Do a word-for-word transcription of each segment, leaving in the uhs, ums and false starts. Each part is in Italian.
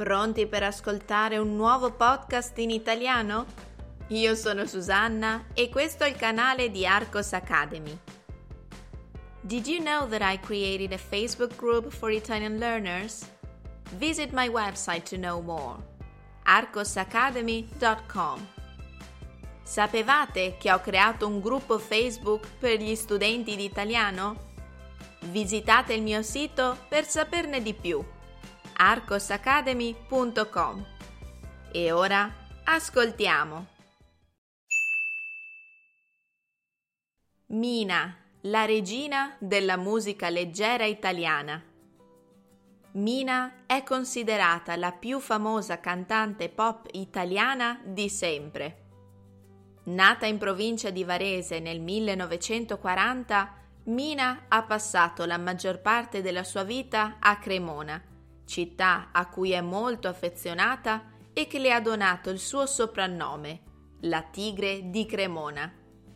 Pronti per ascoltare un nuovo podcast in italiano? Io sono Susanna e questo è il canale di Arcos Academy. Did you know that I created a Facebook group for Italian learners? Visit my website to know more. arcos academy dot com. Sapevate che ho creato un gruppo Facebook per gli studenti di italiano? Visitate il mio sito per saperne di più. arcos academy punto com. E ora ascoltiamo. Mina, la regina della musica leggera italiana. Mina è considerata la più famosa cantante pop italiana di sempre. Nata in provincia di Varese nel millenovecentoquaranta, Mina ha passato la maggior parte della sua vita a Cremona, città a cui è molto affezionata e che le ha donato il suo soprannome, la Tigre di Cremona.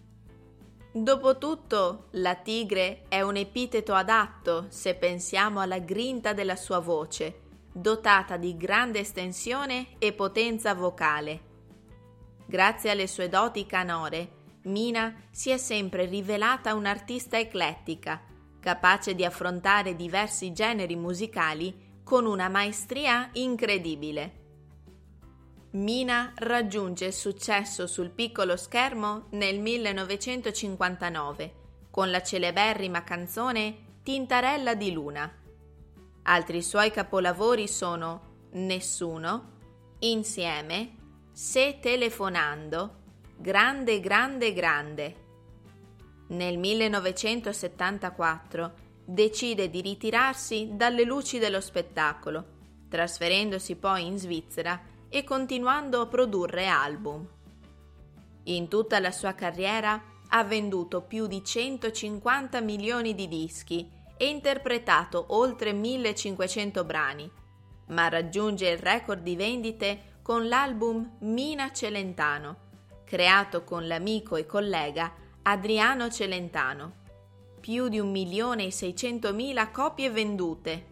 Dopotutto, la Tigre è un epiteto adatto se pensiamo alla grinta della sua voce, dotata di grande estensione e potenza vocale. Grazie alle sue doti canore, Mina si è sempre rivelata un'artista eclettica, capace di affrontare diversi generi musicali con una maestria incredibile. Mina raggiunge il successo sul piccolo schermo nel millenovecentocinquantanove con la celeberrima canzone Tintarella di Luna. Altri suoi capolavori sono Nessuno, Insieme, Se telefonando, Grande grande grande. Nel millenovecentosettantaquattro decide di ritirarsi dalle luci dello spettacolo, trasferendosi poi in Svizzera e continuando a produrre album. In tutta la sua carriera ha venduto più di centocinquanta milioni di dischi e interpretato oltre millecinquecento brani, ma raggiunge il record di vendite con l'album Mina Celentano, creato con l'amico e collega Adriano Celentano. Più di un milione e seicentomila copie vendute.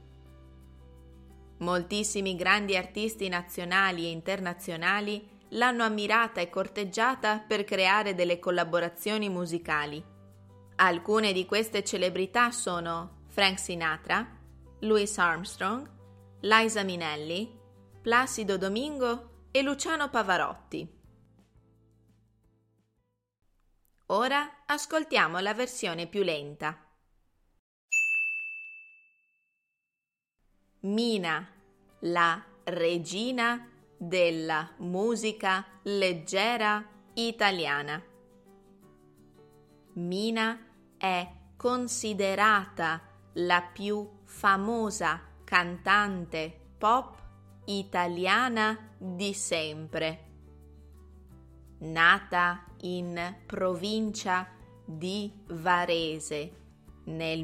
Moltissimi grandi artisti nazionali e internazionali l'hanno ammirata e corteggiata per creare delle collaborazioni musicali. Alcune di queste celebrità sono Frank Sinatra, Louis Armstrong, Liza Minnelli, Placido Domingo e Luciano Pavarotti. Ora ascoltiamo la versione più lenta. Mina, la regina della musica leggera italiana. Mina è considerata la più famosa cantante pop italiana di sempre. Nata in provincia di Varese nel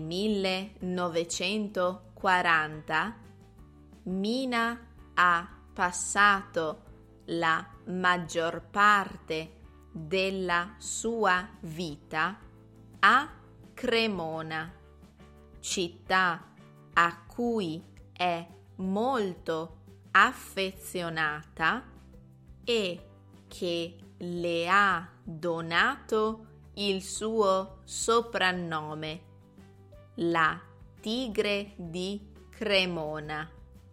millenovecentoquaranta, Mina ha passato la maggior parte della sua vita a Cremona, città a cui è molto affezionata e che le ha donato il suo soprannome, la Tigre di Cremona.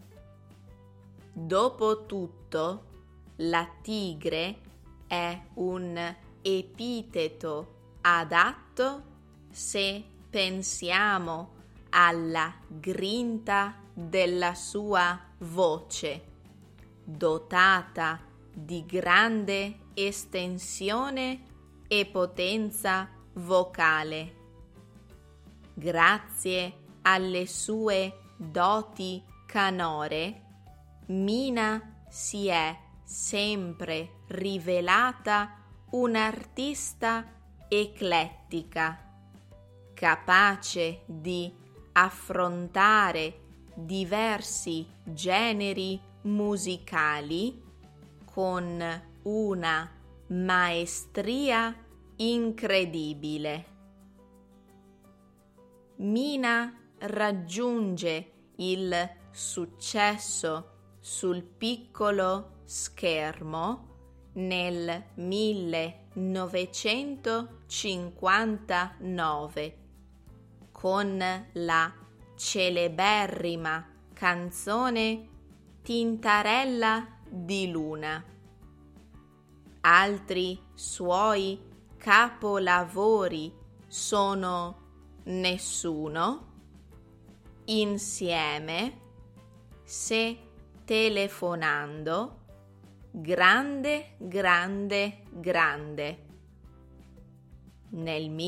Dopotutto, la tigre è un epiteto adatto se pensiamo alla grinta della sua voce, dotata di grande estensione e potenza vocale. Grazie alle sue doti canore, Mina si è sempre rivelata un'artista eclettica, capace di affrontare diversi generi musicali con una maestria incredibile. Mina raggiunge il successo sul piccolo schermo nel millenovecentocinquantanove con la celeberrima canzone Tintarella di Luna. Altri suoi capolavori sono Nessuno, Insieme, Se telefonando, Grande, grande, grande. Nel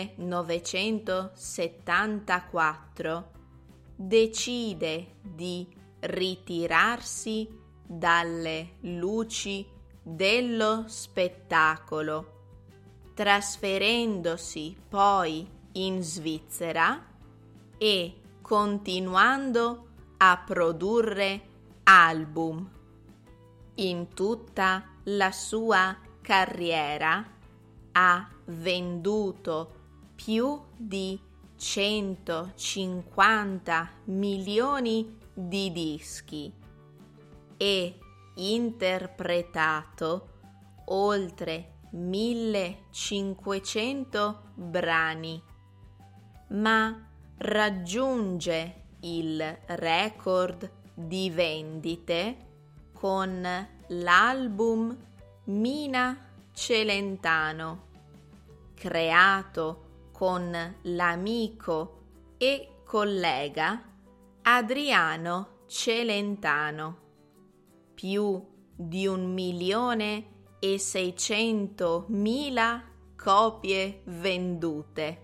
millenovecentosettantaquattro decide di ritirarsi dalle luci dello spettacolo, trasferendosi poi in Svizzera e continuando a produrre album. In tutta la sua carriera ha venduto più di centocinquanta milioni di dischi e interpretato oltre millecinquecento brani, ma raggiunge il record di vendite con l'album Mina Celentano, creato con l'amico e collega Adriano Celentano. Più di un milione e seicentomila copie vendute.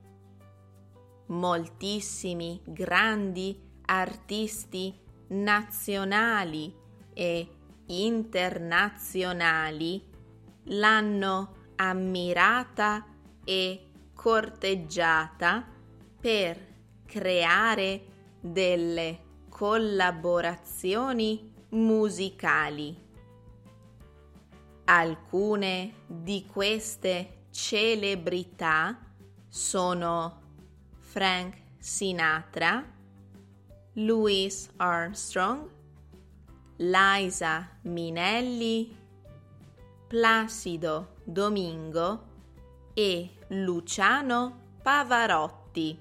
Moltissimi grandi artisti nazionali e internazionali l'hanno ammirata e corteggiata per creare delle collaborazioni musicali. Alcune di queste celebrità sono Frank Sinatra, Louis Armstrong, Liza Minnelli, Placido Domingo e Luciano Pavarotti.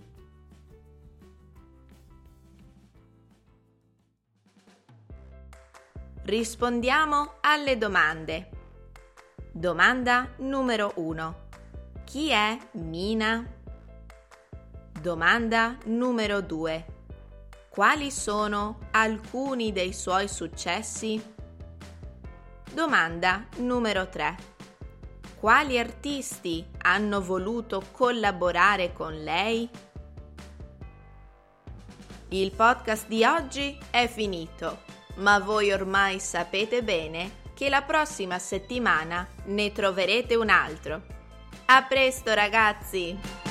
Rispondiamo alle domande. Domanda numero uno. Chi è Mina? Domanda numero due. Quali sono alcuni dei suoi successi? Domanda numero tre. Quali artisti hanno voluto collaborare con lei? Il podcast di oggi è finito, ma voi ormai sapete bene che la prossima settimana ne troverete un altro. A presto, ragazzi!